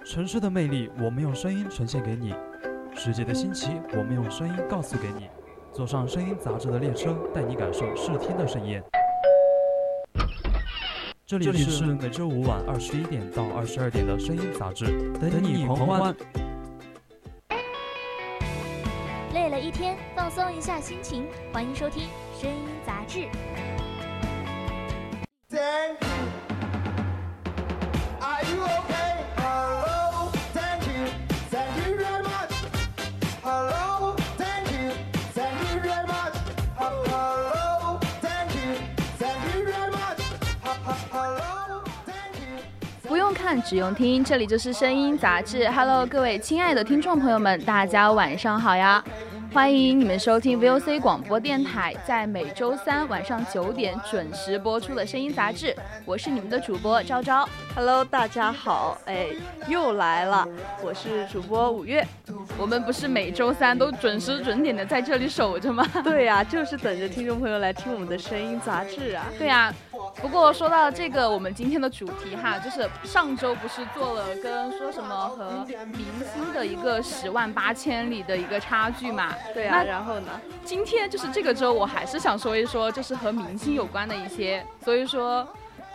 城市的魅力，我们用声音呈现给你；世界的新奇，我们用声音告诉给你。坐上声音杂志的列车，带你感受视听的盛宴。这里是每周五晚21点到22点的声音杂志，等你狂欢。 累了一天，放松一下心情，欢迎收听声音杂志。 不用看，只用听，这里就是声音杂志。Hello， 各位亲爱的听众朋友们，大家晚上好呀！欢迎你们收听 VOC 广播电台，在每周三晚上9点准时播出的声音杂志。我是你们的主播昭昭。 Hello， 大家好，又来了，我是主播5月。 我们不是每周三都准时准点的在这里守着吗？ 对呀，就是等着听众朋友来听我们的声音杂志啊。 对呀。不过说到这个，我们今天的主题哈，就是上周不是做了跟说什么和明星的一个10万8千里的一个差距嘛？ 对啊，然后呢？ 今天就是这个周，我还是想说一说，就是和明星有关的一些，所以说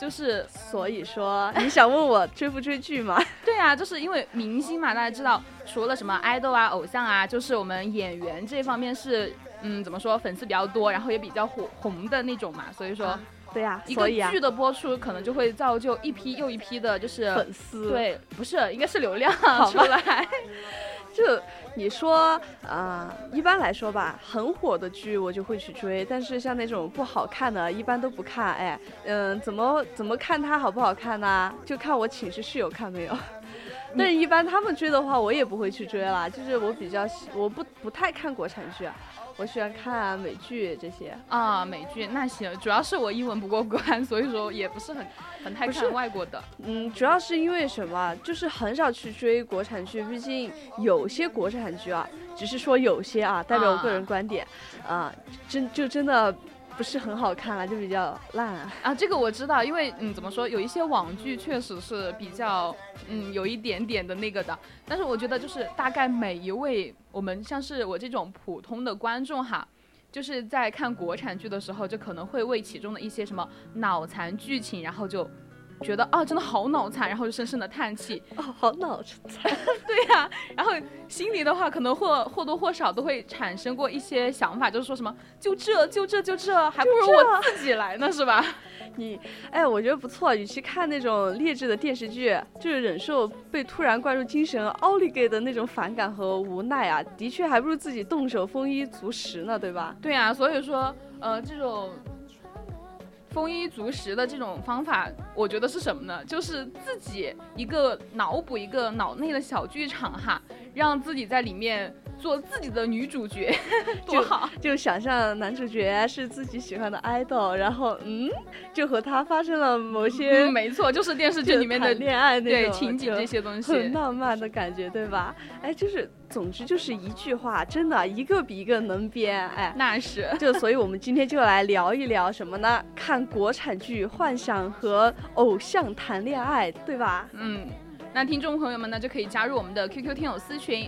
你想问我追不追剧吗？ 对啊，就是因为明星嘛，大家知道，除了什么爱豆啊、偶像啊，就是我们演员这方面是怎么说，粉丝比较多，然后也比较红的那种嘛，所以说。 对呀， 一个剧的播出可能就会造就一批又一批的，就是粉丝。 对，不是，应该是流量出来。 就你说一般来说吧，很火的剧我就会去追，但是像那种不好看的，一般都不看。怎么看它好不好看呢？就看我寝室室友看没有。但是一般他们追的话，我也不会去追啦。就是我不太看国产剧。我喜欢看美剧这些啊，美剧那行，主要是我英文不过关，所以说也不是很太看外国的。 主要是因为什么？就是很少去追国产剧，毕竟有些国产剧啊，只是说有些啊，代表我个人观点真的不是很好看了，就比较烂啊。 这个我知道，因为怎么说，有一些网剧确实是比较有一点点的那个的，但是我觉得就是大概每一位我们像是我这种普通的观众哈，就是在看国产剧的时候，就可能会为其中的一些什么脑残剧情，然后就觉得真的好脑残，然后就深深的叹气， 好脑残。 对呀，然后心里的话可能或多或少都会产生过一些想法，就是说什么就这还不如我自己来呢，是吧？ 我觉得不错，与其看那种劣质的电视剧，就是忍受被突然灌入精神奥利给的那种反感和无奈啊，的确还不如自己动手丰衣足食呢，对吧？ 对啊，所以说这种丰衣足食的这种方法，我觉得是什么呢？就是自己脑补一个脑内的小剧场哈，让自己在里面做自己的女主角，多好！ 就想象男主角是自己喜欢的爱豆，然后就和他发生了某些没错，就是电视剧里面的恋爱那种情景这些东西， 很浪漫的感觉，对吧？总之就是一句话，真的一个比一个能编， 那是。 所以我们今天就来聊一聊什么呢？看国产剧，幻想和偶像谈恋爱，对吧？ 那听众朋友们呢，就可以加入我们的 QQ 听友私群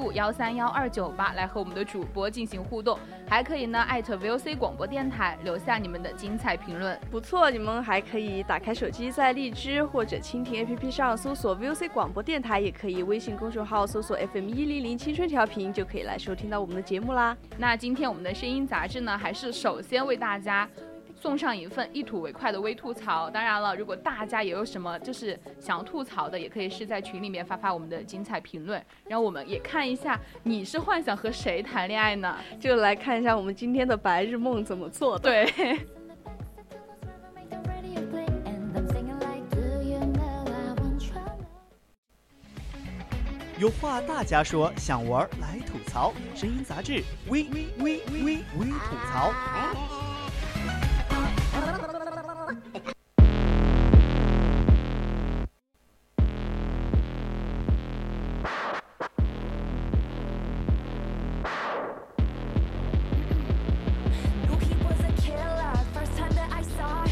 275-131-298来和我们的主播进行互动，还可以呢@VOC 广播电台留下你们的精彩评论。 不错，你们还可以打开手机，在荔枝或者蜻蜓 APP 上搜索 VOC 广播电台，也可以微信公众号搜索 FM100青春调频，就可以来收听到我们的节目啦。 那今天我们的声音杂志呢，还是首先为大家送上一份一吐为快的微吐槽。当然了，如果大家也有什么就是想要吐槽的，也可以是在群里面发我们的精彩评论，让我们也看一下你是幻想和谁谈恋爱呢？ 就来看一下我们今天的白日梦怎么做的。 对。 有话大家说，想玩来吐槽，声音杂志微吐槽。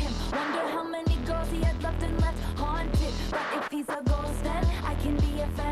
Wonder how many girls he had left and left haunted. But if he's a ghost, then I can be a fan.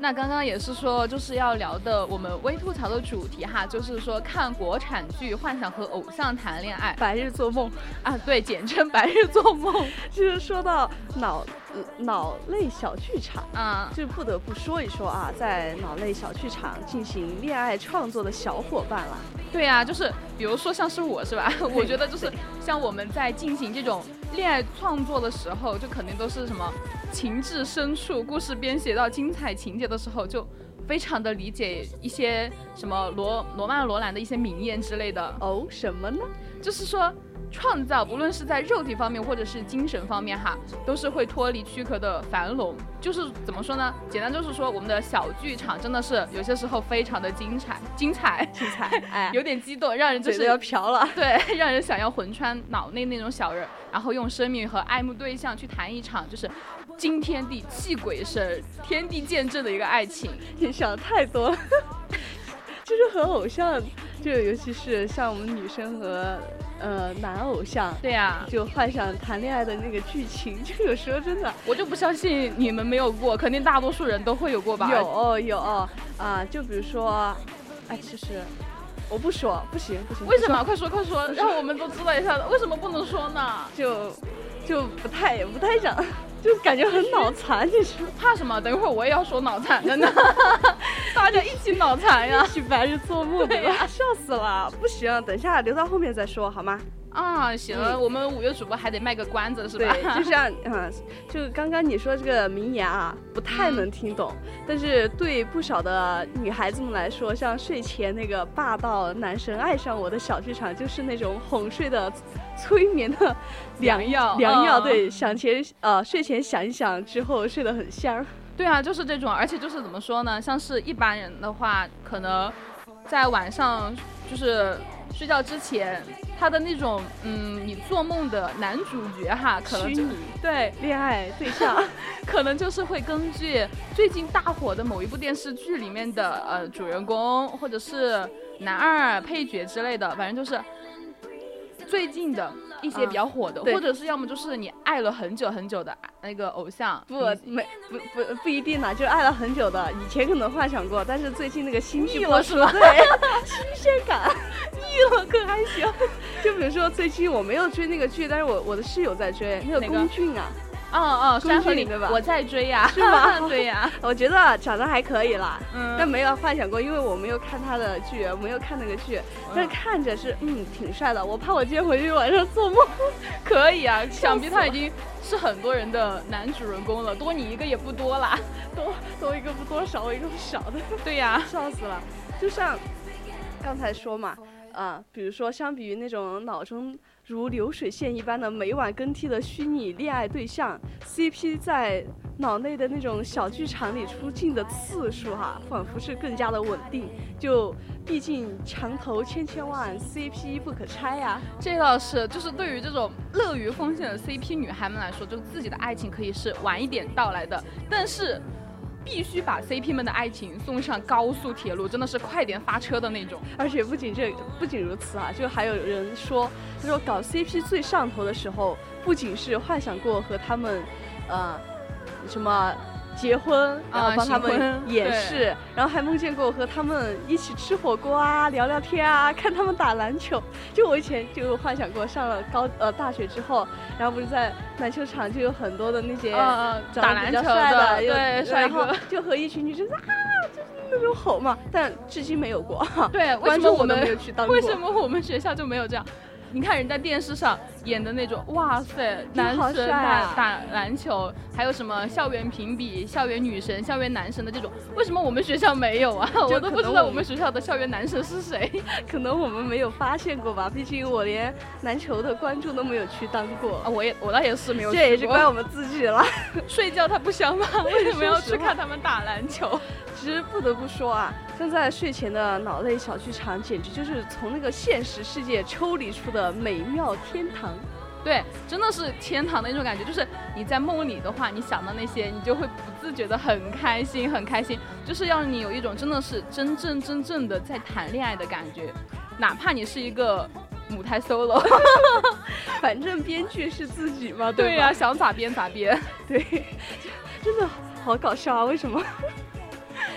那刚刚也是说，就是要聊的我们微吐槽的主题哈，就是说看国产剧幻想和偶像谈恋爱， 白日做梦啊，对，简称白日做梦。 就是说到脑内小剧场啊， 就不得不说一说啊，在脑内小剧场进行恋爱创作的小伙伴了。 对啊，就是比如说像是我是吧，我觉得就是像我们在进行这种恋爱创作的时候，就肯定都是什么情至深处，故事编写到精彩情节的时候，就非常的理解一些什么罗曼罗兰的一些名言之类的。 哦，什么呢？ 就是说创造无论是在肉体方面或者是精神方面哈，都是会脱离躯壳的樊笼。就是怎么说呢，简单就是说我们的小剧场真的是有些时候非常的精彩， 哎， 有点激动，让人就是要瓢了。 对，让人想要魂穿脑内那种小人，然后用生命和爱慕对象去谈一场就是惊天地泣鬼神天地见证的一个爱情。 你想的太多了。就是和偶像，就尤其是像我们女生和男偶像， 对呀， 就幻想谈恋爱的那个剧情，就有时候真的， 我就不相信你们没有过，肯定大多数人都会有过吧？ 有啊，就比如说，哎，其实我不说，不行， 为什么？快说，让我们都知道一下，为什么不能说呢？ 就不太想。就感觉很脑残，你说怕什么？等一会儿我也要说脑残的呢，大家一起脑残呀， 一起白日做梦，对吧？笑死了，不行，等一下留到后面再说好吗？ 啊，行了，我们5月主播还得卖个关子是吧？ 对，就像就刚刚你说这个名言啊，不太能听懂，但是对不少的女孩子们来说，像睡前那个霸道男神爱上我的小剧场，就是那种哄睡的催眠的良药，对，睡前想一想之后睡得很香。 对啊，就是这种，而且就是怎么说呢，像是一般人的话，可能在晚上就是睡觉之前，他的那种你做梦的男主角哈，可能就对恋爱对象， 可能就是会根据最近大火的某一部电视剧里面的主人公或者是男二配角之类的，反正就是最近的一些比较火的，或者是要么就是你爱了很久很久的那个偶像， 不一定啦，就爱了很久的，以前可能幻想过，但是最近那个新剧了是吗？ 对，新鲜感腻了可还行。就比如说最近我没有追那个剧，但是我的室友在追那个龚俊啊。 山河里面吧，我在追呀， 是吗？ 对呀， 我觉得长得还可以啦，但没有幻想过，因为我没有看他的剧，没有看那个剧，但是看着是挺帅的。我怕我今天回去晚上做梦。 可以啊，想必他已经是很多人的男主人公了，多你一个也不多啦， 多一个不多，少我一个不少的。 对呀， 笑死了。就像刚才说嘛，比如说相比于那种脑中如流水线一般的每晚更替的虚拟恋爱对象 ，CP 在脑内的那种小剧场里出镜的次数仿佛是更加的稳定。就毕竟墙头千万 CP 不可拆呀。 这倒是，就是对于这种乐于奉献的 CP 女孩们来说，就自己的爱情可以是晚一点到来的，但是必须把 CP 们的爱情送上高速铁路，真的是快点发车的那种。 而且不仅如此就还有人说，他说搞 CP 最上头的时候，不仅是幻想过和他们什么结婚，然后帮他们演示，然后还梦见过和他们一起吃火锅啊、聊聊天啊、看他们打篮球。就我以前就幻想过，上了大学之后，然后不是在篮球场就有很多的那些打篮球的， 对，帅哥， 就和一群女生就是那种吼嘛，但至今没有过。 对， 为什么我们没有去当过？ 为什么我们学校就没有这样？你看人家电视上演的那种，哇塞，男神打篮球，还有什么校园评比、校园女神、校园男神的这种，为什么我们学校没有啊？我都不知道我们学校的校园男神是谁。 可能我们没有发现过吧，毕竟我连篮球的关注都没有去当过啊。我倒也是没有去过，这也是怪我们自己了。 睡觉它不香吗？为什么要去看他们打篮球？ 其实不得不说啊，正在睡前的脑内小剧场，简直就是从那个现实世界抽离出的美妙天堂。 对，真的是天堂的一种感觉，就是你在梦里的话，你想到那些，你就会不自觉的很开心，就是要你有一种真的是真正的在谈恋爱的感觉，哪怕你是一个母胎 solo， 反正编剧是自己嘛， 对呀，想咋编咋编， 对，真的好搞笑啊！为什么？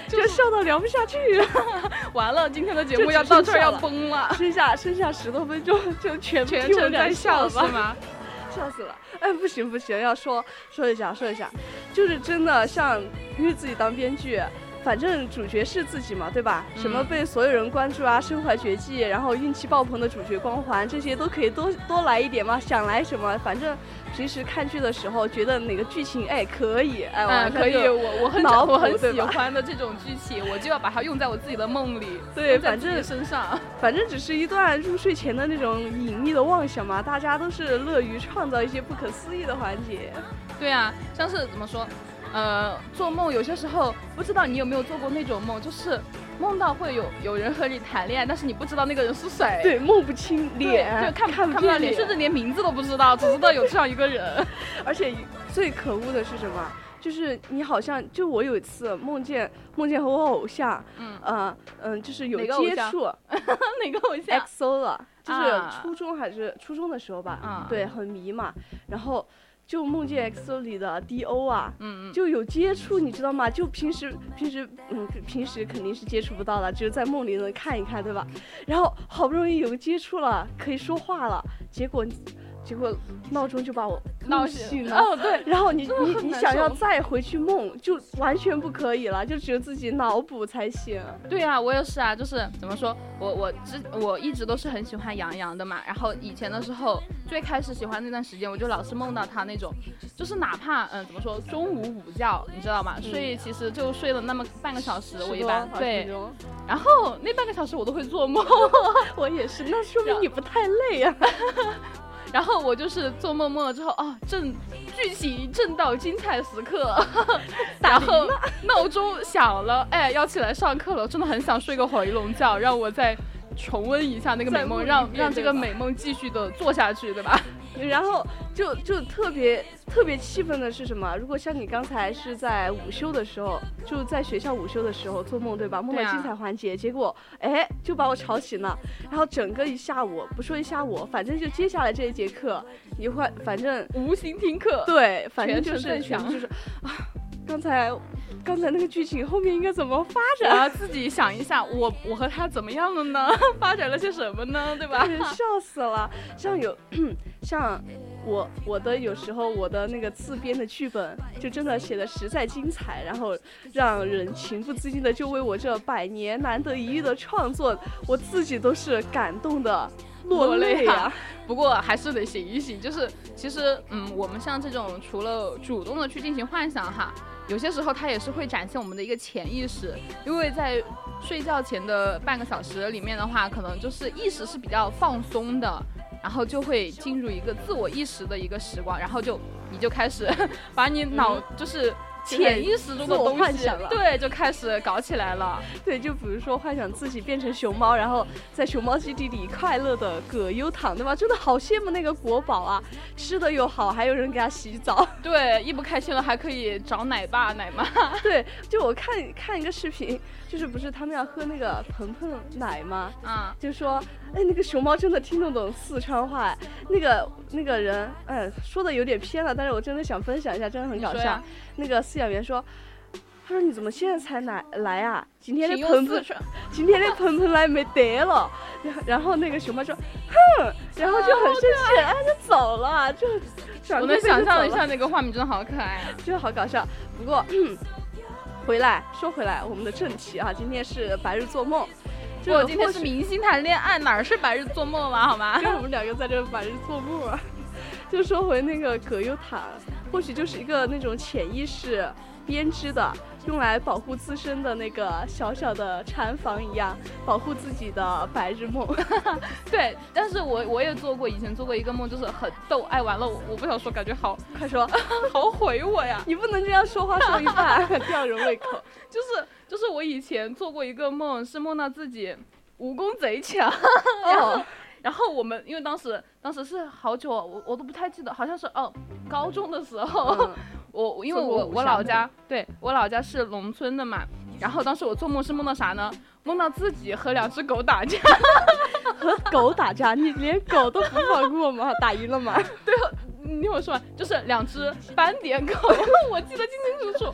就笑到聊不下去， 完了，今天的节目要到这儿要崩了， 剩下10多分钟就全程在笑是吗？ 笑死了！哎，不行，要说一下，就是真的像因为自己当编剧。反正主角是自己嘛，对吧？什么被所有人关注啊，身怀绝技，然后运气爆棚的主角光环，这些都可以多来一点嘛。想来什么，反正平时看剧的时候觉得哪个剧情可以， 可以，我很喜欢的这种剧情，我就要把它用在我自己的梦里， 对， 反正身上， 反正只是一段入睡前的那种隐秘的妄想嘛。大家都是乐于创造一些不可思议的环节。 对啊，像是怎么说？做梦有些时候不知道你有没有做过那种梦，就是梦到会有人和你谈恋爱，但是你不知道那个人是谁。 对，梦不清脸， 对，看不到脸，甚至连名字都不知道，只知道有这样一个人。 而且最可恶的是什么？就是你好像就我有一次梦见和我偶像，就是有接触。 哪个偶像 ？XO 了，就是初中的时候吧。对，很迷嘛，然后。就梦见 XO 里的 DO 啊，就有接触，你知道吗？就平时肯定是接触不到了，只有在梦里能看一看，对吧？然后好不容易有个接触了，可以说话了，结果闹钟就把我闹醒了。哦，对。然后你想要再回去梦，就完全不可以了，就只有自己脑补才行。 对啊，我也是啊，就是怎么说，我一直都是很喜欢杨洋的嘛。然后以前的时候，最开始喜欢那段时间，我就老是梦到他那种，就是哪怕怎么说，中午午觉，你知道吗？睡其实就睡了那么半个小时，我一般对。然后那半个小时我都会做梦。 我也是，那说明你不太累啊。 然后我就是做梦了之后剧情正到精彩时刻，然后闹钟响了，要起来上课了，真的很想睡个回笼觉，让我再重温一下那个美梦，让这个美梦继续的做下去，对吧？ 然后就特别气愤的是什么？如果像你刚才是在午休的时候，就在学校午休的时候做梦，对吧？梦到精彩环节，结果就把我吵醒了，然后整个一下午，不说一下午，反正就接下来这一节课，你会反正无心听课， 对，反正就是刚才那个剧情后面应该怎么发展？ 我要自己想一下，我和他怎么样了呢？发展了些什么呢？对吧？ 笑死了！像我的有时候我的那个自编的剧本就真的写的实在精彩，然后让人情不自禁的就为我这100年难得一遇的创作，我自己都是感动的落泪啊。 不过还是得醒一醒，就是其实我们像这种除了主动的去进行幻想哈，有些时候它也是会展现我们的一个潜意识，因为在睡觉前的半个小时里面的话，可能就是意识是比较放松的，然后就会进入一个自我意识的一个时光，然后你就开始把你脑就是潜意识中的东西，对，就开始搞起来了。 对，就比如说幻想自己变成熊猫，然后在熊猫基地里快乐的葛优躺，对吧？真的好羡慕那个国宝啊，吃的又好，还有人给他洗澡。 对，一不开心了还可以找奶爸奶妈。 对，就我看一个视频，就是不是他们要喝那个盆盆奶吗？就说那个熊猫真的听得懂四川话，那个人说的有点偏了，但是我真的想分享一下，真的很搞笑。那个饲养员说，他说你怎么现在才来啊？今天的盆盆奶没得了。然后那个熊猫说，哼，然后就很生气，就走了，就我能想象一下那个画面，真的好可爱啊， 就好搞笑。不过说回来，我们的正题啊，今天是白日做梦。 我今天是明星谈恋爱，哪是白日做梦了好吗？ 跟我们2个在这白日做梦啊。就说回那个葛优躺，或许就是一个那种潜意识编织的，用来保护自身的那个小小的禅房一样，保护自己的白日梦。 对，但是我也以前做过一个梦，就是很逗，完了我不想说，感觉好， 快说， 好回我呀！ 你不能这样说话说一半吊人胃口。 就是我以前做过一个梦，是梦到自己武功贼强。然后我们因为当时是好久，我都不太记得，好像是高中的时候，因为我老家，对，我老家是农村的嘛，然后当时我做梦是梦到啥呢？梦到自己和2只狗打架。 和狗打架？你连狗都不放过吗？打赢了吗？ 对，你听我说完，就是2只斑点狗，我记得清清楚楚。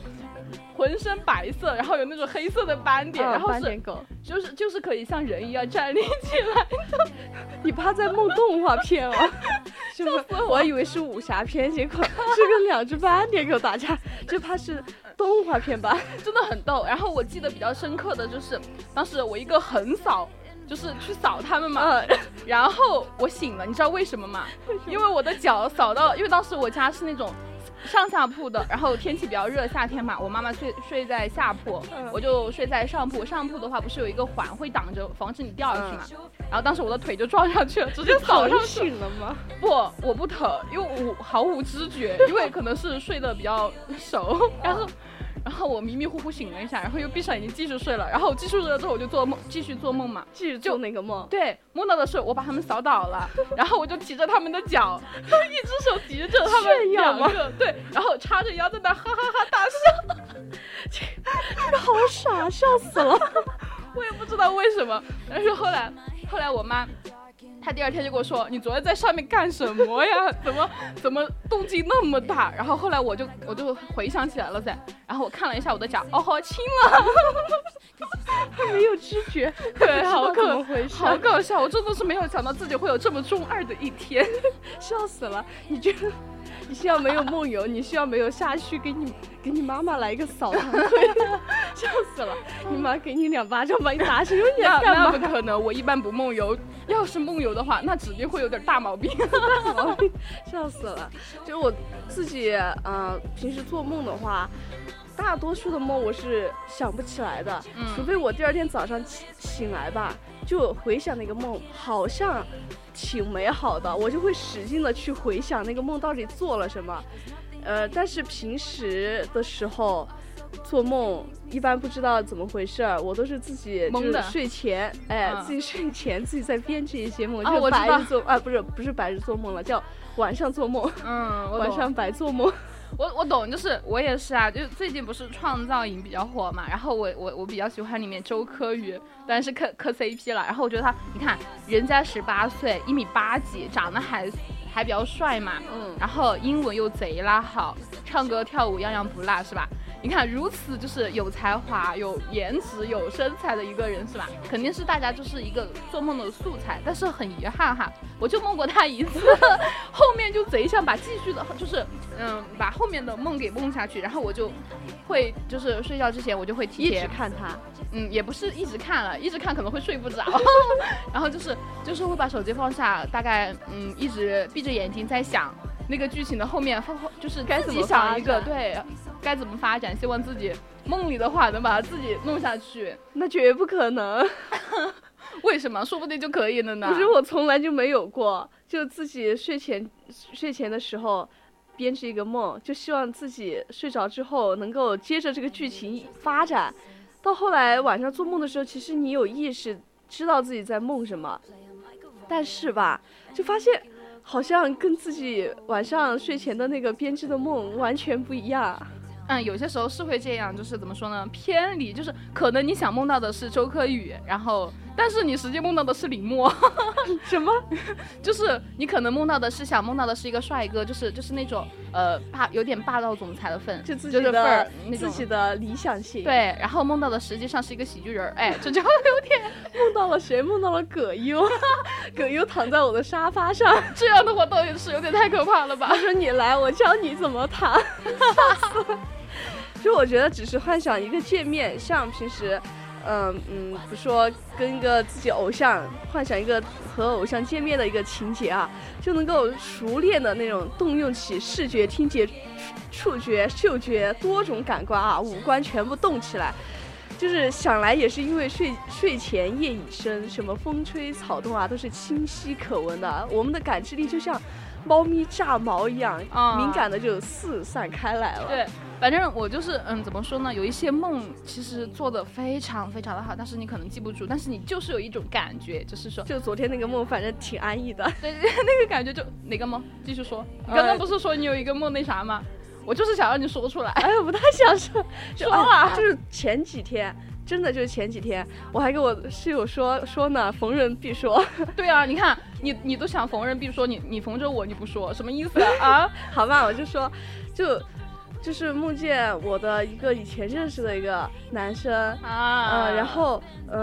浑身白色，然后有那种黑色的斑点，然后斑点狗， 就是可以像人一样站立起来的。 你怕在梦动画片啊？是不是？我还以为是武侠片，结果是跟两只斑点狗打架，这怕是动画片吧？ 真的很逗。然后我记得比较深刻的就是，当时我一个横扫。就是去扫他们嘛，然后我醒了，你知道为什么吗？因为我的脚扫到，因为当时我家是那种上下铺的，然后天气比较热，夏天嘛，我妈妈睡在下铺，我就睡在上铺。上铺的话不是有一个环会挡着，防止你掉下去嘛。然后当时我的腿就撞上去了，直接扫上去。 醒了吗？ 不，我不疼，因为我毫无知觉，因为可能是睡得比较熟，然后我迷迷糊糊醒了一下，然后又闭上眼睛继续睡了。然后我继续睡了之后，我就做梦，继续做梦嘛， 继续做那个梦。 对，梦到的是我把他们扫倒了，然后我就提着他们的脚，一只手提着他们两个，对，然后叉着腰在那哈哈哈大笑。 这个好傻，笑死了。 我也不知道为什么，但是后来我妈。他第二天就跟我说：“你昨天在上面干什么呀？怎么动静那么大？”然后后来我就回想起来了噻。然后我看了一下我的脚，哦，好轻了， 还没有知觉， 对，好搞笑！我真的是没有想到自己会有这么中二的一天， 笑死了。你觉得你需要没有梦游，你需要没有下去给你妈妈来一个扫堂腿，笑死了！你妈给你2巴掌把你打醒，你要干嘛？ 那不可能，我一般不梦游，要是梦游的话，那指定会有点大毛病， 笑死了。就是我自己平时做梦的话，大多数的梦我是想不起来的，除非我第二天早上醒来吧，就回想那个梦，好像挺美好的，我就会使劲的去回想那个梦到底做了什么。但是平时的时候做梦一般不知道怎么回事，我都是自己就是睡前，自己睡前自己在编织一些梦，就白日做不是白日做梦了，叫晚上做梦，晚上白做梦。 我懂，就是我也是啊，就是最近不是创造营比较火嘛，然后我比较喜欢里面周柯宇，当然是磕 CP 了，然后我觉得他，你看人家18岁，1.8米几，长得还比较帅嘛，然后英文又贼拉好，唱歌跳舞样样不落，是吧？你看如此就是有才华、有颜值、有身材的一个人，是吧？肯定是大家就是一个做梦的素材，但是很遗憾哈，我就梦过他一次，后面就贼想把继续的，就是把后面的梦给梦下去，然后我就会就是睡觉之前我就会提前一直看他， 也不是一直看了，一直看可能会睡不着，然后就是会把手机放下，大概一直闭着眼睛在想那个剧情的后面，就是自己想一个对。该怎么发展，希望自己梦里的话能把它自己弄下去， 那绝不可能。 为什么？说不定就可以了呢。 可是我从来就没有过，就自己睡前的时候编织一个梦，就希望自己睡着之后能够接着这个剧情发展。到后来晚上做梦的时候，其实你有意识知道自己在梦什么，但是吧，就发现好像跟自己晚上睡前的那个编织的梦完全不一样。 有些时候是会这样，就是怎么说呢，偏离，就是可能你想梦到的是周柯宇，然后但是你实际梦到的是林默。 什么？ 就是你可能梦到的是一个帅哥，就是那种有点霸道总裁的份， 就自己的自己的理想型。 对，然后梦到的实际上是一个喜剧人，这就有点梦到了谁？梦到了葛优。葛优躺在我的沙发上， 这样的话倒也是有点太可怕了吧？ 他说你来，我教你怎么躺。就我觉得只是幻想一个界面，像平时比如说跟一个自己偶像幻想一个和偶像见面的一个情节啊，就能够熟练的那种动用起视觉、听觉、触觉、嗅觉多种感官啊，五官全部动起来。就是想来也是因为睡前夜已深，什么风吹草动啊都是清晰可闻的，我们的感知力就像猫咪炸毛一样，敏感的就四散开来了。 对，反正我就是怎么说呢，有一些梦其实做的非常非常的好，但是你可能记不住，但是你就是有一种感觉，就是说就昨天那个梦反正挺安逸的。 对，那个感觉就哪个梦继续说，你刚刚不是说你有一个梦那啥吗？我就是想让你说出来。 我不太想说啊， 就是前几天，真的就是前几天，我还跟我室友说呢，逢人必说。 对啊，你看你都想逢人必说，你逢着我你不说，什么意思啊？ 好吧，我就说，就就是梦见我的一个以前认识的一个男生然后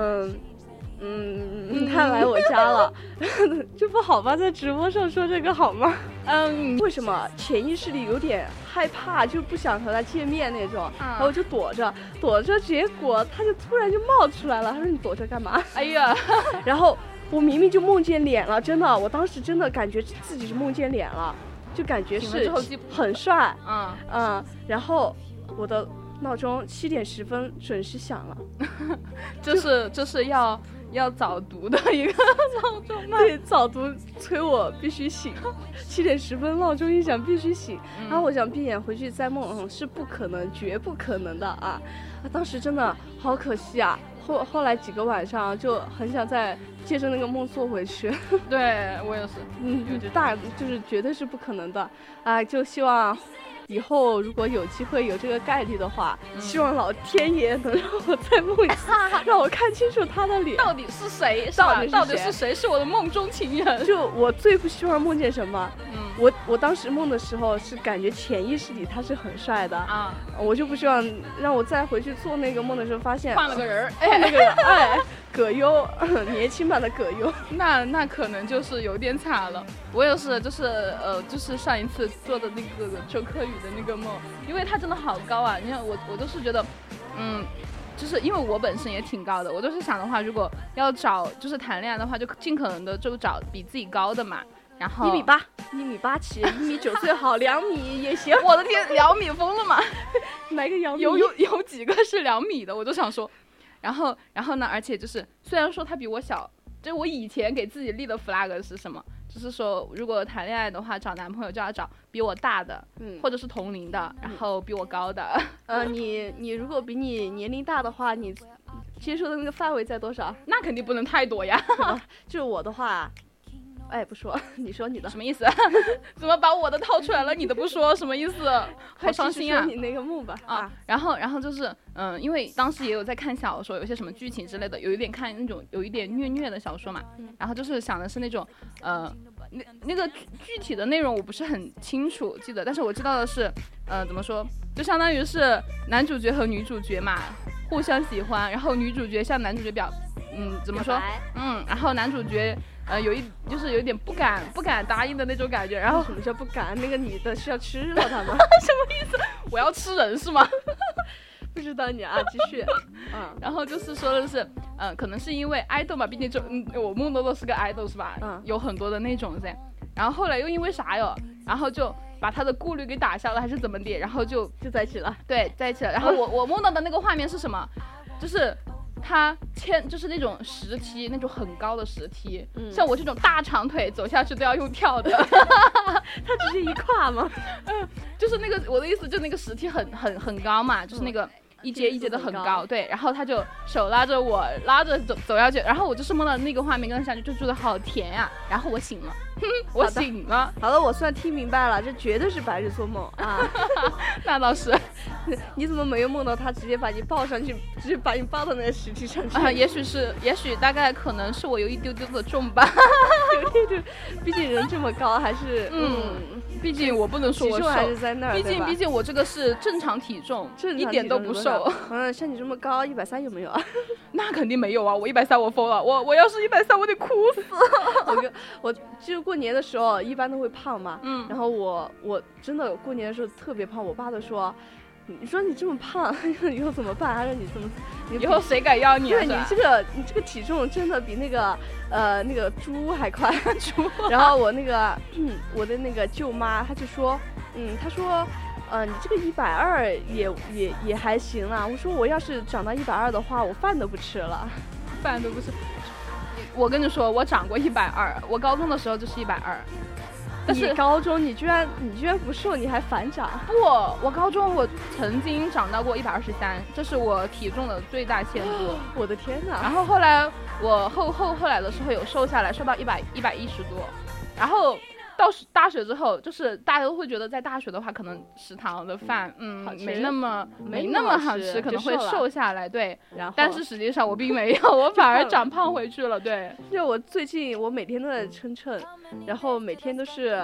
他来我家了，这不好吧？在直播上说这个好吗？为什么潜意识里有点害怕，就不想和他见面那种，然后我就躲着，结果他就突然就冒出来了，他说你躲着干嘛？ 哎呀， 然后我明明就梦见脸了，真的，我当时真的感觉自己是梦见脸了，就感觉是很帅，然后我的闹钟7点10分准时响了， 这是要早读的一个闹钟吗？ 对，早读催我必须醒，7点10分闹钟一响必须醒，然后我想闭眼回去再梦，是不可能，绝不可能的啊！当时真的好可惜啊，后来几个晚上就很想再接着那个梦做回去。 对我也是， 就是绝对是不可能的啊！就希望以后如果有机会有这个概率的话，希望老天爷能让我再梦一次，让我看清楚他的脸到底是谁，到底是谁是我的梦中情人？ 就我最不希望梦见什么？我当时梦的时候是感觉潜意识里他是很帅的啊，我就不希望让我再回去做那个梦的时候发现换了个人， 葛优，年轻版的葛优， 那可能就是有点惨了。我也是，就是上一次做的那个周柯宇的那个梦，因为他真的好高啊！你看我都是觉得，就是因为我本身也挺高的，我都是想的话，如果要找就是谈恋爱的话，就尽可能的就找比自己高的嘛。然后 1.8米起，1.9米最好，2米也行。 我的天，2米疯了吗？ 来个2米？ 有几个是2米的，我就想说。然后呢，而且就是虽然说他比我小，就我以前给自己立的 flag 是什么？就是说如果谈恋爱的话，找男朋友就要找比我大的，或者是同龄的，然后比我高的。 你如果比你年龄大的话，你接受的那个范围在多少？ 那肯定不能太多呀。 就是我的话。不说，你说你的什么意思？怎么把我的套出来了，你的不说，什么意思？好伤心啊！ 你那个梦吧然后就是因为当时也有在看小说，有些什么剧情之类的，有一点看那种有一点虐的小说嘛，然后就是想的是那种那个具体的内容我不是很清楚记得，但是我知道的是怎么说，就相当于是男主角和女主角嘛互相喜欢，然后女主角向男主角怎么说然后男主角就是有一点不敢答应的那种感觉，然后什么叫不敢？那个女的是要吃了他吗？ 什么意思？我要吃人是吗？ 不知道你啊，继续。 然后就是说的是，可能是因为爱豆嘛，毕竟就我梦到的是个爱豆是吧？有很多的那种噻。然后后来又因为啥哟？然后就把他的顾虑给打消了，还是怎么的？然后就在一起了。 对，在一起了。然后我梦到的那个画面是什么？就是他就是那种石梯，那种很高的石梯，像我这种大长腿走下去都要用跳的。 他只是一跨吗？ 就是那个我的意思，就那个石梯很高嘛，就是那个一阶一阶的很高，对。然后他就手拉着我，拉着走下去，然后我就是梦到那个画面跟他下去，就觉得好甜呀。然后我醒了，我醒了。 好了，我算听明白了，这绝对是白日做梦啊。 那倒是。 你怎么没有梦到他直接把你抱上去，直接把你抱到那个石梯上去？ 也许大概可能是我有一丢丢的重吧。 有一丢丢，毕竟人这么高，还是毕竟我不能说我瘦， 还是在那儿。 毕竟我这个是正常体重，一点都不瘦。 像你这么高，130有没有啊？ 那肯定没有啊！我130我疯了，我要是130我得哭死。 我就是过年的时候一般都会胖嘛，然后我真的过年的时候特别胖，我爸都说。你说你这么胖，以后怎么办？他说你这么， 以后谁敢要你？ 对，你这个体重真的比那个猪还快。猪。然后我我的那个舅妈，她就说，她说，你这个120也还行啦。我说我要是长到120的话，我饭都不吃了。 饭都不吃。我跟你说，我长过120，我高中的时候就是120。但是你高中你居然不瘦，你还反长？ 不，我高中我曾经长到过123，这是我体重的最大限度。 我的天哪！ 然后后来我后来的时候有瘦下来，瘦到110多，然后到大学之后，就是大家都会觉得在大学的话，可能食堂的饭没那么好吃，可能会瘦下来。对，但是实际上我并没有，我反而长胖回去了。对， 就我最近我每天都在称，然后每天都是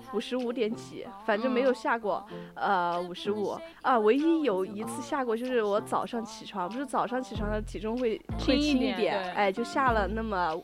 55点几，反正没有下过55啊。唯一有一次下过，就是我早上起床，不是早上起床的体重会轻一点，哎，就下了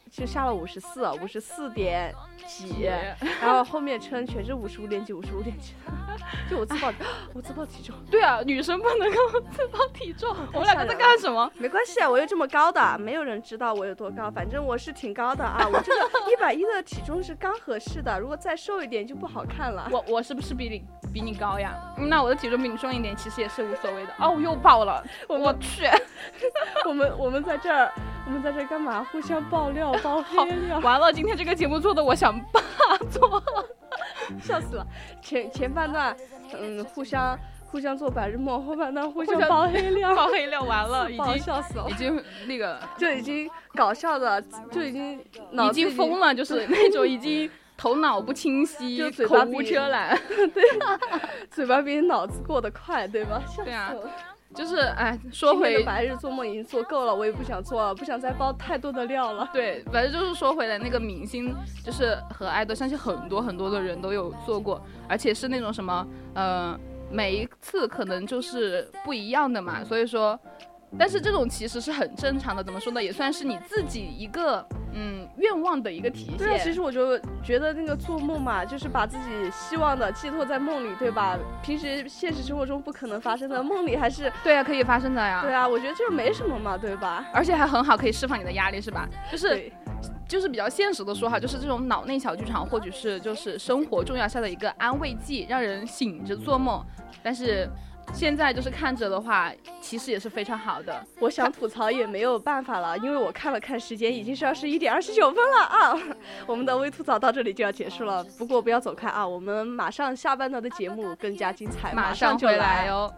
54点几，然后后面称全是55点几，就我自报体重。 对啊，女生不能够自报体重，我们两个在干什么？ 没关系啊，我又这么高的，没有人知道我有多高，反正我是挺高的啊。我这个110的体重是刚合适的，如果再瘦一点就不好看了。 我是不是比你高呀？那我的体重比你重一点，其实也是无所谓的。哦，我又爆了，我去！ 我们在这儿干嘛？互相爆料，爆黑料。 完了，今天这个节目做的我想霸做， 笑死了。前半段互相做白日梦，后半段互相爆黑料， 爆黑料完了，已经笑死了， 已经那个就已经搞笑的，就已经疯了，就是那种已经头脑不清晰，口无遮拦， 对，嘴巴比脑子过得快，对吧？笑死了。 就是说回白日做梦已经做够了，我也不想做了，不想再爆太多的料了。 对，反正就是说回来，那个明星就是和爱豆，相信很多的人都有做过，而且是那种什么每一次可能就是不一样的嘛，所以说，但是这种其实是很正常的，怎么说呢，也算是你自己一个愿望的一个体现。 对啊，其实我就觉得那个做梦嘛，就是把自己希望的寄托在梦里，对吧？平时现实生活中不可能发生的，梦里还是对啊，可以发生的呀。 对啊，我觉得这没什么嘛，对吧？ 而且还很好，可以释放你的压力，是吧？就是比较现实的说哈，就是这种脑内小剧场，或者是就是生活重要下的一个安慰剂，让人醒着做梦。但是现在就是看着的话，其实也是非常好的。 我想吐槽也没有办法了，因为我看了看时间，已经是21点29分了啊！我们的微吐槽到这里就要结束了，不过不要走开啊，我们马上下半段的节目更加精彩， 马上回来哦。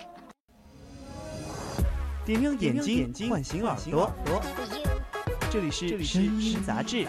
点亮眼睛，唤醒耳朵，这里是声音杂志。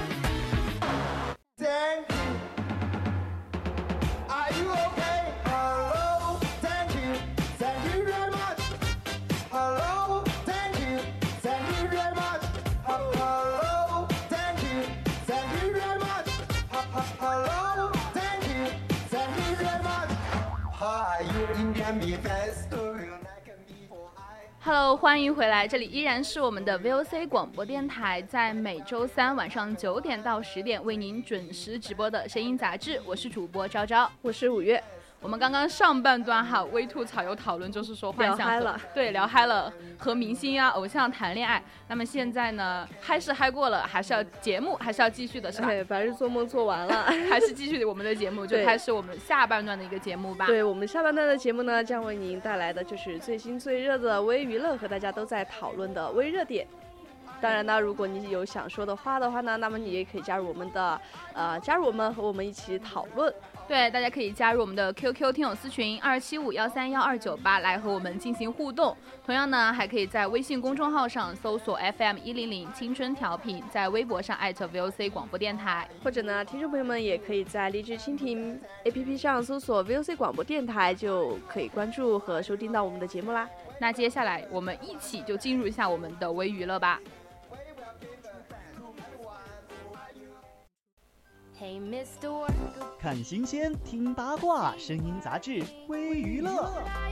Hello， 欢迎回来，这里依然是我们的 VOC 广播电台，在每周3晚上9点到10点为您准时直播的声音杂志，我是主播昭昭， 我是5月。 我们刚刚上半段哈，微吐槽有讨论，就是说幻想聊嗨了， 对，聊嗨了，和明星啊、偶像谈恋爱。那么现在呢，嗨是嗨过了，还是要节目还是要继续的，是吧？ 对，白日做梦做完了， 还是继续我们的节目，就开始我们下半段的一个节目吧。 对，我们下半段的节目呢，将为您带来的就是最新最热的微娱乐和大家都在讨论的微热点。当然呢，如果你有想说的话的话呢，那么你也可以加入我们和我们一起讨论。 对，大家可以加入我们的 QQ 听友私群275131298来和我们进行互动。同样呢，还可以在微信公众号上搜索 FM100青春调频，在微博上@VOC 广播电台， 或者呢，听众朋友们也可以在荔枝蜻蜓 APP 上搜索 VOC 广播电台，就可以关注和收听到我们的节目啦。 那接下来我们一起就进入一下我们的微娱乐吧。 看新鲜，听八卦，声音杂志微娱乐。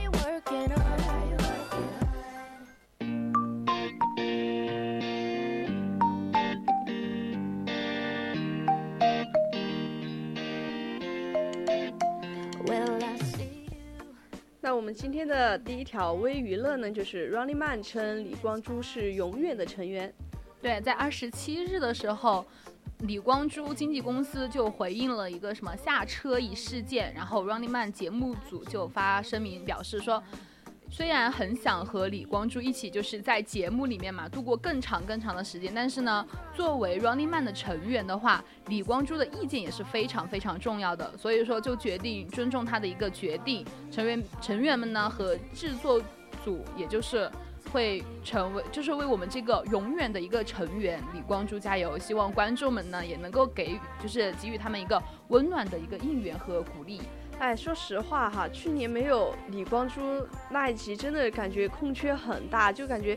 那我们今天的第一条微娱乐呢，就是 Running Man 称李光洙是永远的成员。 对，在27日的时候，李光洙经纪公司就回应了一个什么下车一事件，然后 Running Man 节目组就发声明表示说，虽然很想和李光洙一起就是在节目里面嘛度过更长的时间，但是呢，作为 Running Man 的成员的话，李光洙的意见也是非常重要的，所以说就决定尊重他的一个决定。成员们呢和制作组也就是会成为就是为我们这个永远的一个成员李光洙加油，希望观众们呢也能够给予他们一个温暖的一个应援和鼓励。 哎，说实话哈，去年没有李光洙那一集，真的感觉空缺很大，就感觉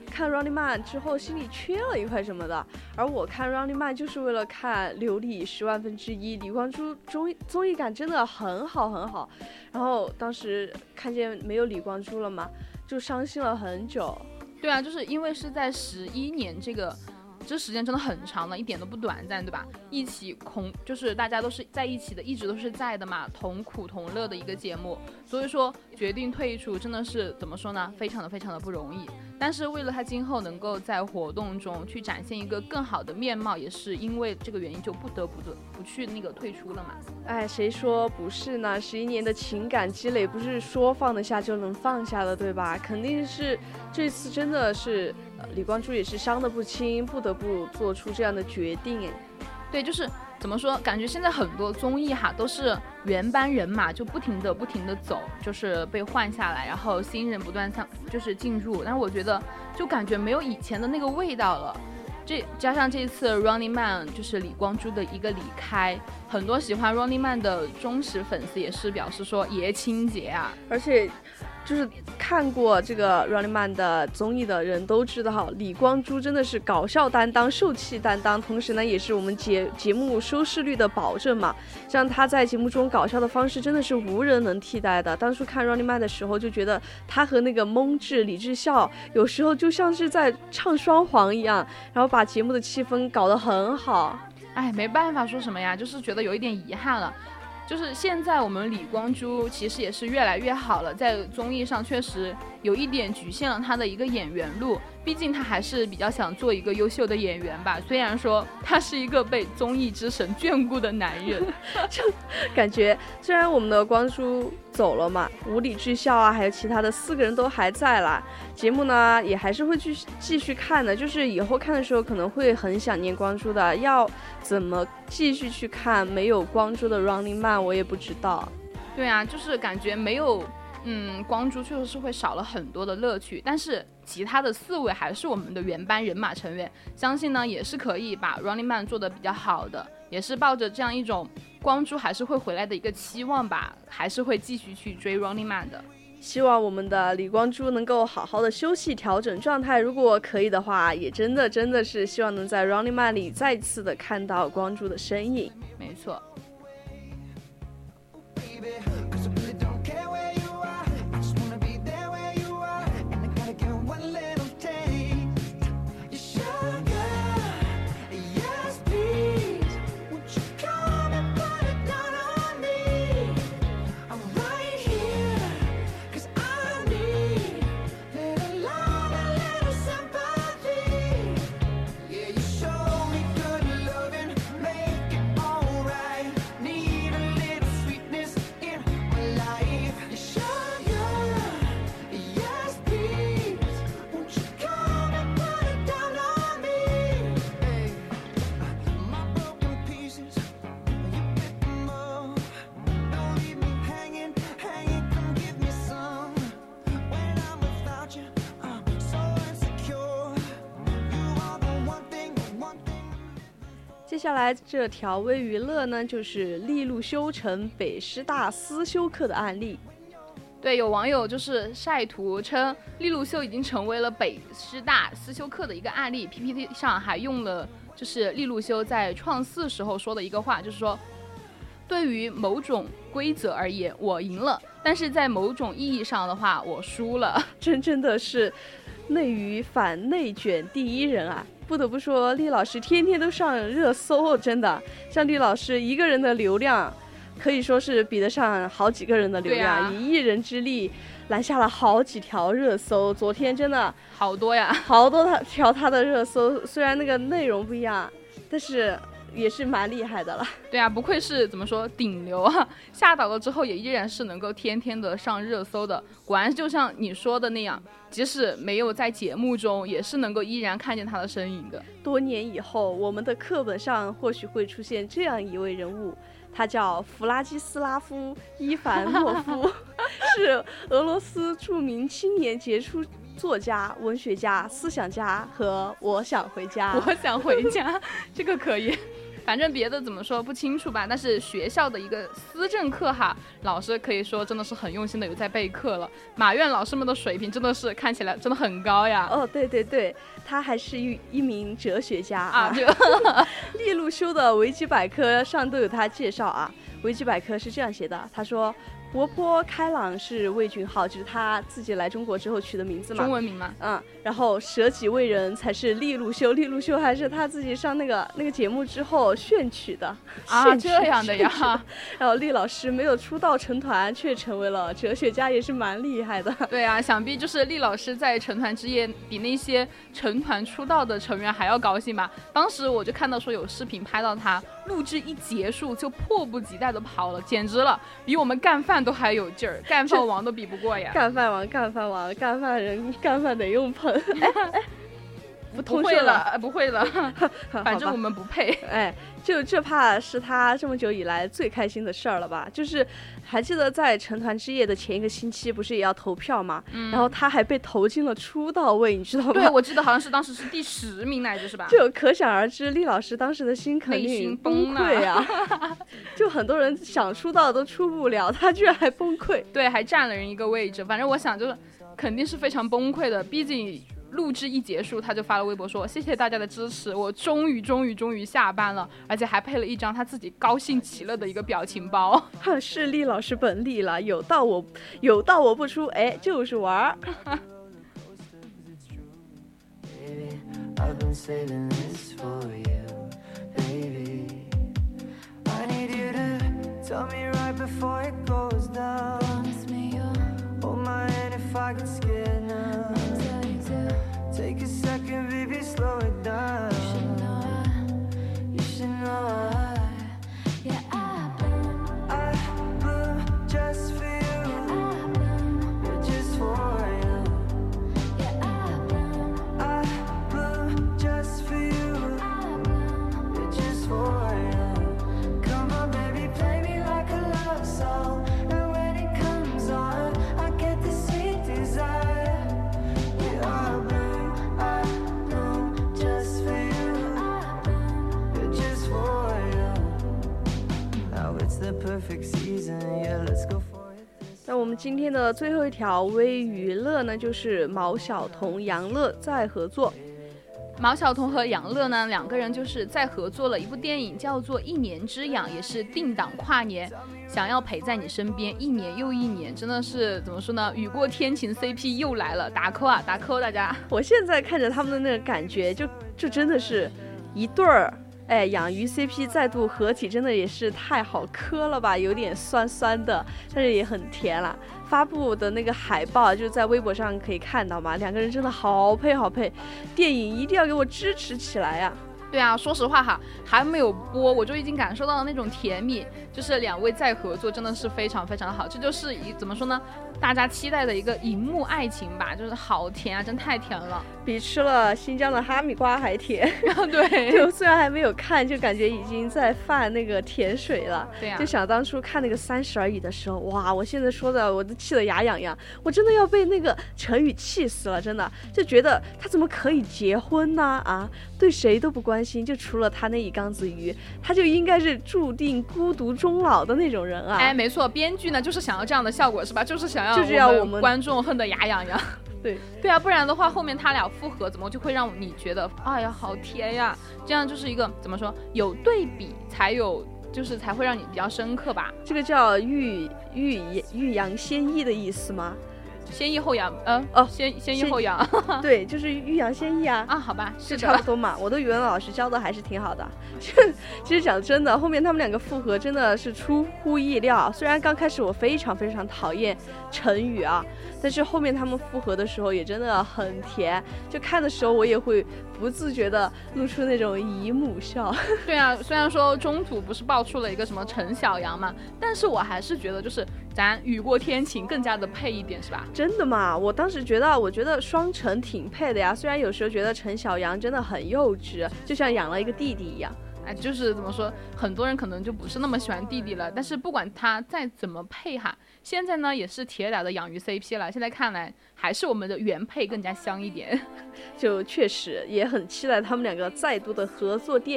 看 Running Man 之后心里缺了一块什么的，而我看 Running Man 就是为了看刘李10万分之一，李光洙综艺感真的很好很好。然后当时看见没有李光洙了嘛，就伤心了很久。 对啊，就是因为是在11年这时间真的很长了，一点都不短暂，对吧？一起就是大家都是在一起的，一直都是在的嘛，同苦同乐的一个节目，所以说决定退出真的是怎么说呢，非常的不容易。但是为了他今后能够在活动中去展现一个更好的面貌，也是因为这个原因就不得不去那个退出了嘛。 哎，谁说不是呢？11年的情感积累不是说放得下就能放下的，对吧？肯定是这次真的是李光洙也是伤得不轻，不得不做出这样的决定。 对，就是怎么说，感觉现在很多综艺哈都是原班人马就不停的走，就是被换下来，然后新人不断就是进入，但是我觉得就感觉没有以前的那个味道了。加上这次 Running Man 就是李光洙的一个离开，很多喜欢 Running Man 的忠实粉丝也是表示说爷青结啊， 而且就是看过这个 Running Man 的综艺的人都知道，李光洙真的是搞笑担当、受气担当，同时呢也是我们节目收视率的保证嘛。像他在节目中搞笑的方式真的是无人能替代的。当初看 Running Man 的时候就觉得他和那个蒙智、李智孝有时候就像是在唱双簧一样，然后把节目的气氛搞得很好。 哎，没办法说什么呀，就是觉得有一点遗憾了。就是现在我们李光洙其实也是越来越好了，在综艺上确实有一点局限了他的一个演员路，毕竟他还是比较想做一个优秀的演员吧，虽然说他是一个被综艺之神眷顾的男人。 就感觉虽然我们的光洙走了嘛，吴李智孝啊还有其他的4个人都还在啦，节目呢也还是会继续看的，就是以后看的时候可能会很想念光洙的，要怎么继续去看没有光洙的 Running Man 我也不知道。 对啊，就是感觉没有光洙确实是会少了很多的乐趣，但是其他的4位还是我们的原班人马成员，相信呢也是可以把 Running Man 做得比较好的，也是抱着这样一种光洙还是会回来的一个期望吧，还是会继续去追 Running Man 的。 希望我们的李光洙能够好好的休息调整状态，如果可以的话也真的是希望能在 Running Man 里再次的看到光洙的身影。 没错。 接下来这条微娱乐呢，就是利路修成北师大思修课的案例。 对，有网友就是晒图称利路修已经成为了北师大思修课的一个案例， PPT 上还用了就是利路修在创4时候说的一个话，就是说对于某种规则而言我赢了，但是在某种意义上的话我输了。 真的是内娱反内卷第一人啊！不得不说，厉老师天天都上热搜，真的。像厉老师一个人的流量，可以说是比得上好几个人的流量，以一人之力拦下了好几条热搜。昨天真的好多呀， 好多条他的热搜，虽然那个内容不一样，但是也是蛮厉害的了。 对啊，不愧是怎么说顶流啊！下岛了之后也依然是能够天天的上热搜的。果然就像你说的那样，即使没有在节目中，也是能够依然看见他的身影的。 多年以后，我们的课本上或许会出现这样一位人物，他叫弗拉基斯拉夫·伊凡诺夫，是俄罗斯著名青年杰出作家、文学家、思想家和我想回家。 我想回家，这个可以。 反正别的怎么说不清楚吧，但是学校的一个思政课哈，老师可以说真的是很用心的有在备课了。马院老师们的水平真的是看起来真的很高呀。 哦，对对对，他还是一名哲学家啊，这利路修的维基百科上都有他介绍啊。维基百科是这样写的，他说活泼开朗是魏俊浩，就是他自己来中国之后取的名字嘛， 中文名嘛。 然后舍己为人才是利路修，利路修还是他自己上那个节目之后炫取的啊，这样的呀。 然后厉老师没有出道成团，却成为了哲学家，也是蛮厉害的。 对啊，想必就是厉老师在成团之夜比那些成团出道的成员还要高兴吧。当时我就看到说有视频拍到他录制一结束就迫不及待的跑了，简直了，比我们干饭都还有劲儿，干饭王都比不过呀。 干饭王，干饭人，干饭得用捧。 不会了，不会了，反正我们不配。 哎，就这怕是他这么久以来最开心的事儿了吧？就是还记得在成团之夜的前一个星期，不是也要投票吗？然后他还被投进了出道位，你知道吗？ 对，我记得好像是当时是第10名来着，是吧？ 就可想而知，厉老师当时的心肯定崩溃啊！就很多人想出道都出不了，他居然还崩溃。 对，还占了人一个位置。反正我想就是肯定是非常崩溃的，毕竟录制一结束他就发了微博说谢谢大家的支持，我终于下班了，而且还配了一张他自己高兴极了的一个表情包。 是厉老师本厉了，有道我不出，哎，就是玩。 Take a second, baby, slow it down. You should know yeah, I bloom just for you. You're just for you. Yeah, I bloom just for you. You're just for you. Come on, baby, play me like a love song. And when it comes on, I get the sweet desire. Yeah, I bloom. 那我们今天的最后一条微娱乐呢，就是毛晓彤、杨乐再合作。 毛晓彤和杨乐呢，两个人就是再合作了一部电影，叫做《一年之痒》，也是定档跨年，想要陪在你身边1年又1年，真的是怎么说呢？雨过天晴 CP 又来了，打 call 啊，打 call 大家！ 我现在看着他们的那个感觉，就真的是一对儿。哎，养鱼 CP 再度合体，真的也是太好磕了吧，有点酸酸的，但是也很甜啦。发布的那个海报就是在微博上可以看到嘛，两个人真的好配好配，电影一定要给我支持起来呀！ 对啊，说实话哈，还没有播我就已经感受到了那种甜蜜，就是两位再合作真的是非常非常的好，这就是怎么说呢，大家期待的一个荧幕爱情吧，就是好甜啊，真太甜了， 比吃了新疆的哈密瓜还甜。 对， 就虽然还没有看，就感觉已经在泛那个甜水了。 对啊， 就想当初看那个30而已的时候，哇，我现在说的我都气得牙痒痒，我真的要被那个陈宇气死了，真的就觉得他怎么可以结婚呢？啊，对谁都不关心，就除了他那一缸子鱼，他就应该是注定孤独终老的那种人啊！ 哎，没错，编剧呢就是想要这样的效果是吧？就是想要我们观众恨得牙痒痒。对啊，不然的话后面他俩复合怎么就会让你觉得哎呀好甜呀？这样就是一个怎么说，有对比才有，就是才会让你比较深刻吧。 这个叫欲扬先抑的意思吗？ 先抑后扬，先抑后扬， 对，就是欲扬先抑啊。 啊，好吧，是差不多嘛。我都语文老师教的还是挺好的。其实讲真的，后面他们两个复合真的是出乎意料。虽然刚开始我非常非常讨厌陈宇啊，但是后面他们复合的时候也真的很甜。就看的时候我也会不自觉的露出那种姨母笑。对啊，虽然说中途不是爆出了一个什么陈小阳嘛，但是我还是觉得就是咱雨过天晴更加的配一点，是吧？ 真的吗？我当时我觉得双陈挺配的呀。虽然有时候觉得陈小阳真的很幼稚，就像养了一个弟弟一样。 哎，就是怎么说，很多人可能就不是那么喜欢弟弟了。但是不管他再怎么配哈，现在呢也是铁打的养鱼 CP 了。现在看来还是我们的原配更加香一点。 就确实也很期待他们两个再度的合作电影。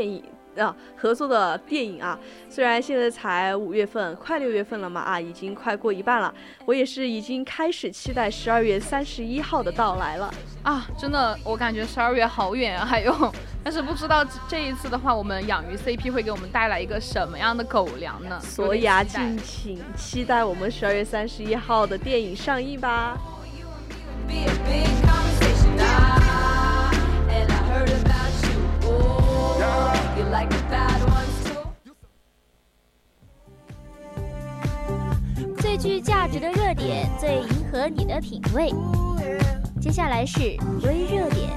合作的电影啊。虽然现在才5月份，快6月份了嘛已经快过一半了，我也是已经开始期待12月31号的到来了啊！真的，我感觉12月好远啊，还有，但是不知道这一次的话，我们养鱼 CP 会给我们带来一个什么样的狗粮呢？ 所以敬请期待我们12月31号的电影上映吧。 最具价值的热点，最迎合你的品味。接下来是微热点。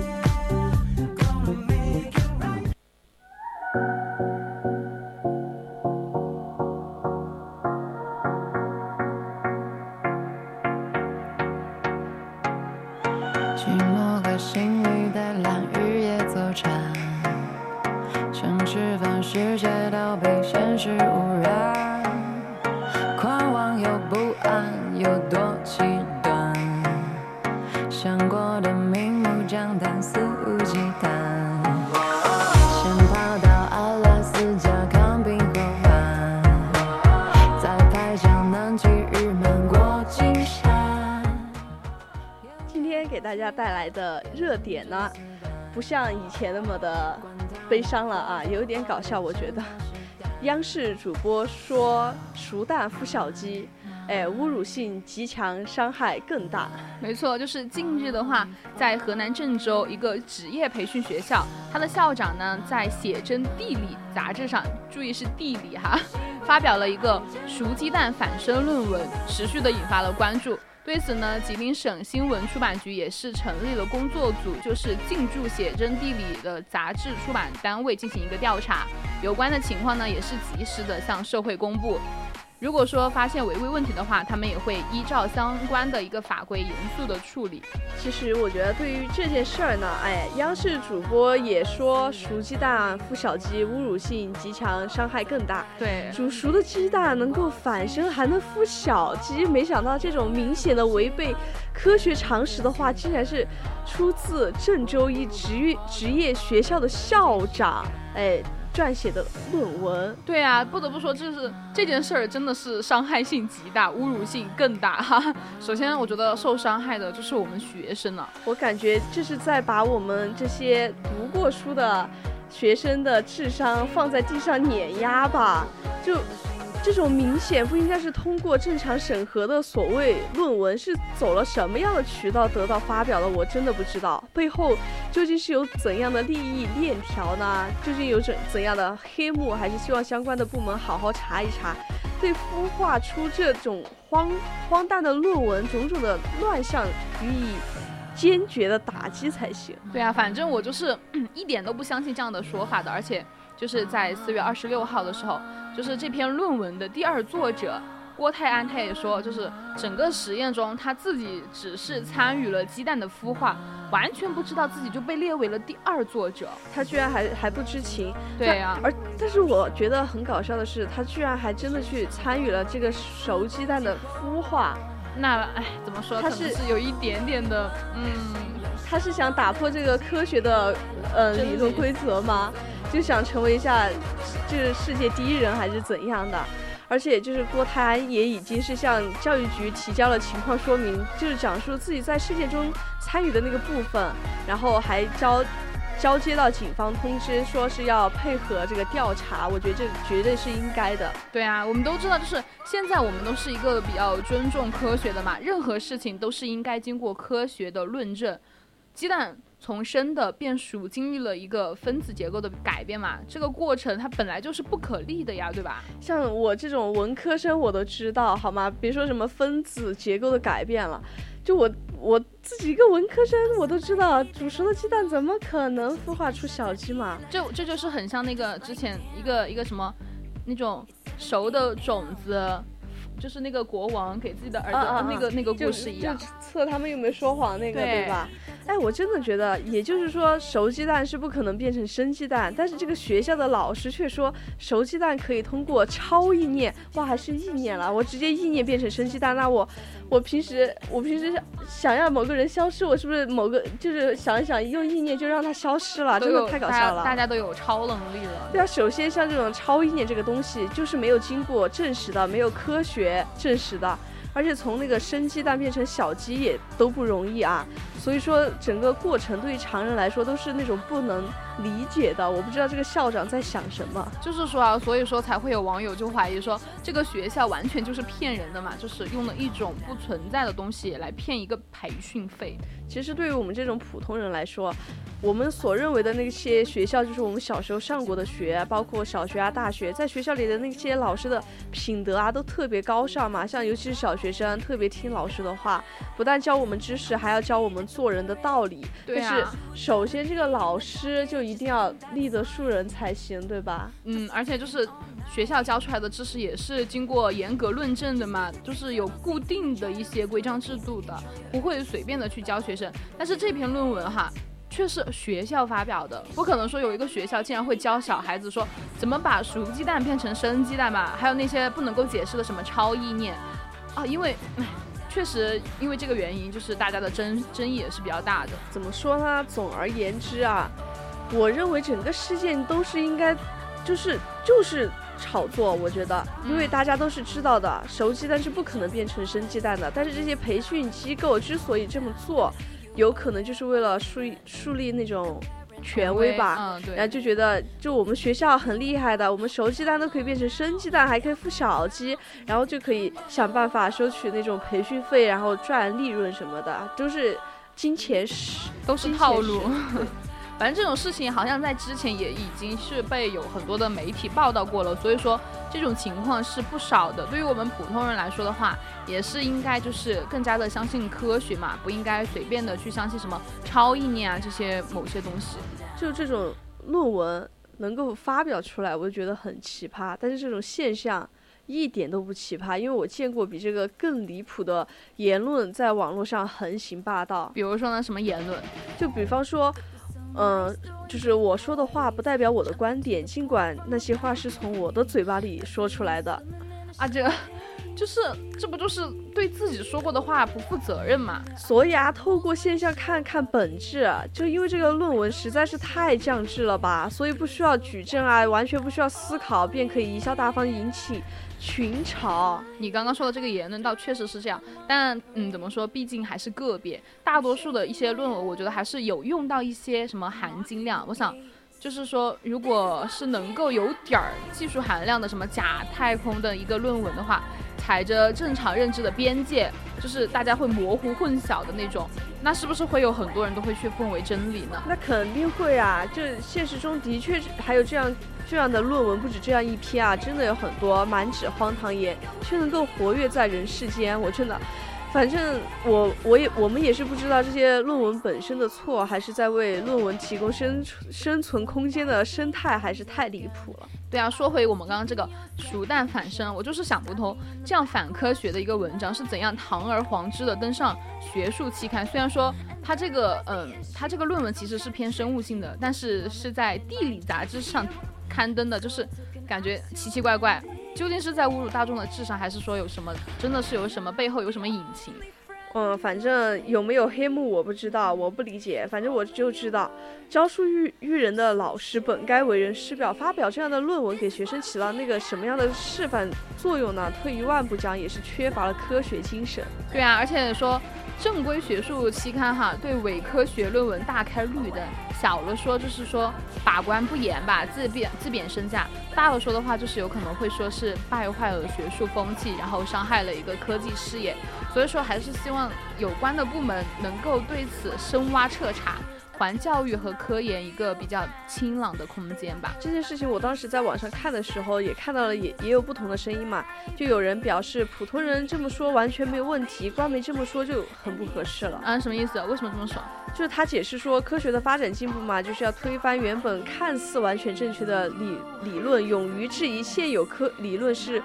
寂寞和心里的蓝日夜作战，想吃饭世界都被现实污染，狂妄又不安，有多极端，想过的明目张胆，肆无忌惮，先跑到阿拉斯加看冰河湾，再拍江南去日漫过金山。 今天给大家带来的热点呢，不像以前那么的悲伤了有点搞笑，我觉得。央视主播说熟蛋孵小鸡，侮辱性极强，伤害更大。 没错，就是近日的话，在河南郑州一个职业培训学校，他的校长呢在《写真地理》杂志上，注意是地理哈，发表了一个熟鸡蛋反生论文，持续的引发了关注。对此呢，吉林省新闻出版局也是成立了工作组，就是进驻写真地理的杂志出版单位进行一个调查，有关的情况呢也是及时的向社会公布。如果说发现违规问题的话，他们也会依照相关的一个法规严肃的处理。 其实我觉得对于这件事儿呢，央视主播也说熟鸡蛋孵小鸡侮辱性极强，伤害更大。 对， 煮熟的鸡蛋能够反生，还能孵小鸡，没想到这种明显的违背科学常识的话，竟然是出自郑州一职业学校的校长撰写的论文。 对啊，不得不说，这件事儿真的是伤害性极大，侮辱性更大哈。首先，我觉得受伤害的就是我们学生了。 我感觉这是在把我们这些读过书的学生的智商放在地上碾压吧。就这种明显不应该是通过正常审核的所谓论文，是走了什么样的渠道得到发表的，我真的不知道。背后究竟是有怎样的利益链条呢？究竟有怎样的黑幕？还是希望相关的部门好好查一查，对孵化出这种荒诞的论文种种的乱象予以坚决的打击才行。 对啊，反正我就是一点都不相信这样的说法的。而且就是在4月26号的时候，就是这篇论文的第二作者郭泰安，他也说，就是整个实验中他自己只是参与了鸡蛋的孵化，完全不知道自己就被列为了第二作者， 他居然还不知情。 对啊， 但是我觉得很搞笑的是，他居然还真的去参与了这个熟鸡蛋的孵化。 那怎么说，他是有一点点的他是想打破这个科学的理论规则吗？就想成为一下这世界第一人还是怎样的？而且就是郭泰安也已经是向教育局提交了情况说明，就是讲述自己在事件中参与的那个部分，然后还交接到警方通知，说是要配合这个调查。我觉得这绝对是应该的。 对啊，我们都知道，就是现在我们都是一个比较尊重科学的嘛，任何事情都是应该经过科学的论证。鸡蛋从生的变熟经历了一个分子结构的改变嘛，这个过程它本来就是不可逆的呀，对吧？ 像我这种文科生我都知道好吗？别说什么分子结构的改变了，就我自己一个文科生我都知道，煮熟的鸡蛋怎么可能孵化出小鸡嘛？ 这就是很像那个之前一个什么那种熟的种子就是那个国王给自己的儿子那个故事一样， 就测他们有没有说谎那个，对吧？哎，我真的觉得，也就是说，熟鸡蛋是不可能变成生鸡蛋，但是这个学校的老师却说熟鸡蛋可以通过超意念，哇，还是意念了，我直接意念变成生鸡蛋，那我平时想让某个人消失，我是不是就是想一想用意念就让他消失了？真的太搞笑了， 大家都有超能力了。 对啊，首先像这种超意念这个东西，就是没有经过证实的，没有科学证实的。而且从那个生鸡蛋变成小鸡也都不容易啊，所以说整个过程对于常人来说都是那种不能理解的。我不知道这个校长在想什么。 就是说啊，所以说才会有网友就怀疑说这个学校完全就是骗人的嘛，就是用了一种不存在的东西来骗一个培训费。 其实对于我们这种普通人来说，我们所认为的那些学校就是我们小时候上过的学，包括小学啊、大学，在学校里的那些老师的品德啊都特别高尚嘛，像尤其是小学生特别听老师的话，不但教我们知识，还要教我们做人的道理。 对啊， 但是首先这个老师就一定要立德树人才行，对吧？ 而且就是学校教出来的知识也是经过严格论证的嘛，就是有固定的一些规章制度的，不会随便的去教学生。但是这篇论文哈，却是学校发表的，不可能说有一个学校竟然会教小孩子说怎么把熟鸡蛋变成生鸡蛋吧，还有那些不能够解释的什么超意念啊，因为确实因为这个原因，就是大家的争议也是比较大的。 怎么说呢？总而言之啊，我认为整个事件都是应该就是炒作，我觉得，因为大家都是知道的，熟鸡蛋是不可能变成生鸡蛋的。但是这些培训机构之所以这么做，有可能就是为了树立那种权威吧， 对， 然后就觉得就我们学校很厉害的，我们熟鸡蛋都可以变成生鸡蛋，还可以孵小鸡，然后就可以想办法收取那种培训费，然后赚利润什么的，都是金钱史， 都是套路。反正这种事情好像在之前也已经是被有很多的媒体报道过了，所以说这种情况是不少的。对于我们普通人来说的话，也是应该就是更加的相信科学嘛，不应该随便的去相信什么超意念啊这些某些东西。 就这种论文能够发表出来，我就觉得很奇葩，但是这种现象一点都不奇葩，因为我见过比这个更离谱的言论在网络上横行霸道。 比如说呢，什么言论？就比方说就是我说的话不代表我的观点，尽管那些话是从我的嘴巴里说出来的啊，这不就是对自己说过的话不负责任吗？ 所以啊，透过现象看看本质，就因为这个论文实在是太降智了吧，所以不需要举证啊，完全不需要思考便可以贻笑大方，引起群嘲。 你刚刚说的这个言论倒确实是这样，但怎么说，毕竟还是个别，大多数的一些论文我觉得还是有用到一些什么含金量。我想就是说，如果是能够有点技术含量的什么假太空的一个论文的话，踩着正常认知的边界，就是大家会模糊混淆的那种，那是不是会有很多人都会去奉为真理呢？ 那肯定会啊，就现实中的确还有这样的论文不止这样一篇啊，真的有很多满纸荒唐言，却能够活跃在人世间。我真的，反正我们也是不知道这些论文本身的错，还是在为论文提供生存空间的生态，还是太离谱了。 对啊，说回我们刚刚这个熟蛋反生，我就是想不通，这样反科学的一个文章是怎样堂而皇之的登上学术期刊。虽然说它这个论文其实是偏生物性的，但是是在地理杂志上刊登的，就是感觉奇奇怪怪，究竟是在侮辱大众的智商，还是说有什么真的是有什么背后有什么隐情？ 反正有没有黑幕我不知道，我不理解。反正我就知道，教书育人的老师本该为人师表，发表这样的论文给学生起了那个什么样的示范作用呢？退一万步讲，也是缺乏了科学精神。 对啊，而且说正规学术期刊哈，对伪科学论文大开绿灯，小了说就是说把关不严吧，自贬身价；大了说的话，就是有可能会说是败坏了学术风气，然后伤害了一个科技事业。所以说还是希望有关的部门能够对此深挖彻查，还教育和科研一个比较清朗的空间吧。 这件事情我当时在网上看的时候也看到了，也有不同的声音嘛。就有人表示普通人这么说完全没有问题，官媒这么说就很不合适了。 什么意思？为什么这么说？ 就是他解释说，科学的发展进步嘛，就是要推翻原本看似完全正确的理论，勇于质疑现有理论是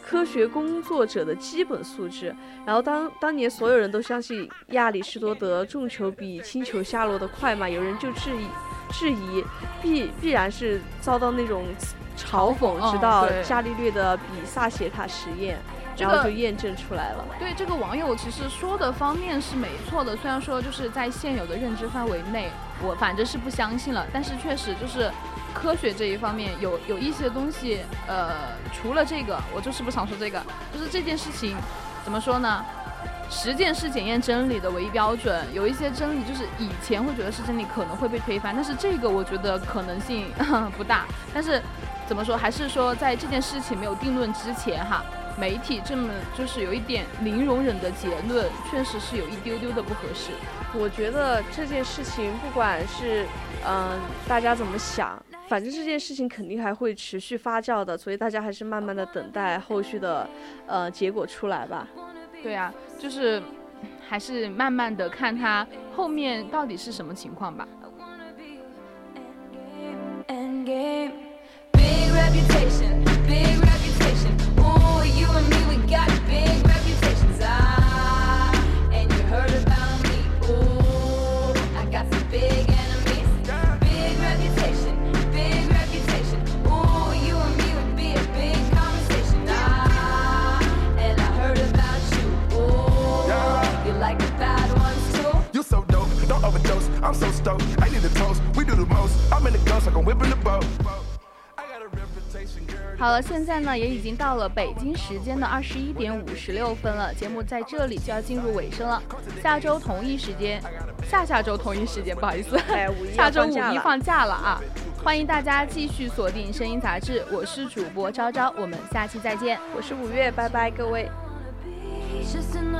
科学工作者的基本素质。然后当年所有人都相信亚里士多德重球比轻球下落的快嘛，有人就质疑必然是遭到那种嘲讽，直到伽利略的比萨斜塔实验。然后就验证出来了。 对，这个网友其实说的方面是没错的，虽然说就是在现有的认知范围内，我反正是不相信了，但是确实就是科学这一方面有一些东西，除了这个，我就是不想说这个，就是这件事情怎么说呢？实践是检验真理的唯一标准，有一些真理就是以前会觉得是真理，可能会被推翻，但是这个我觉得可能性不大。但是怎么说，还是说在这件事情没有定论之前哈，媒体这么就是有一点零容忍的结论，确实是有一丢丢的不合适。 我觉得这件事情不管是大家怎么想，反正这件事情肯定还会持续发酵的，所以大家还是慢慢的等待后续的结果出来吧。 对啊，就是还是慢慢的看它后面到底是什么情况吧。 Big reputation, big reputation. Ooh, you and me, we got big reputations. And you heard about me. Ooh, I got some big enemies. Big reputation, big reputation. Ooh, you and me would be a big conversation. And I heard about you. Ooh, you like the bad ones too? You so dope, don't overdose. I'm so stoked, I need a toast. We do the most. I'm in the ghost like I'm whipping the boat. 好了，现在呢也已经到了北京时间的21点56分了，节目在这里就要进入尾声了。下周同一时间，下周同一时间，不好意思，下周五一放假了啊！欢迎大家继续锁定声音杂志，我是主播昭昭，我们下期再见。 我是5月，拜拜各位。 Just another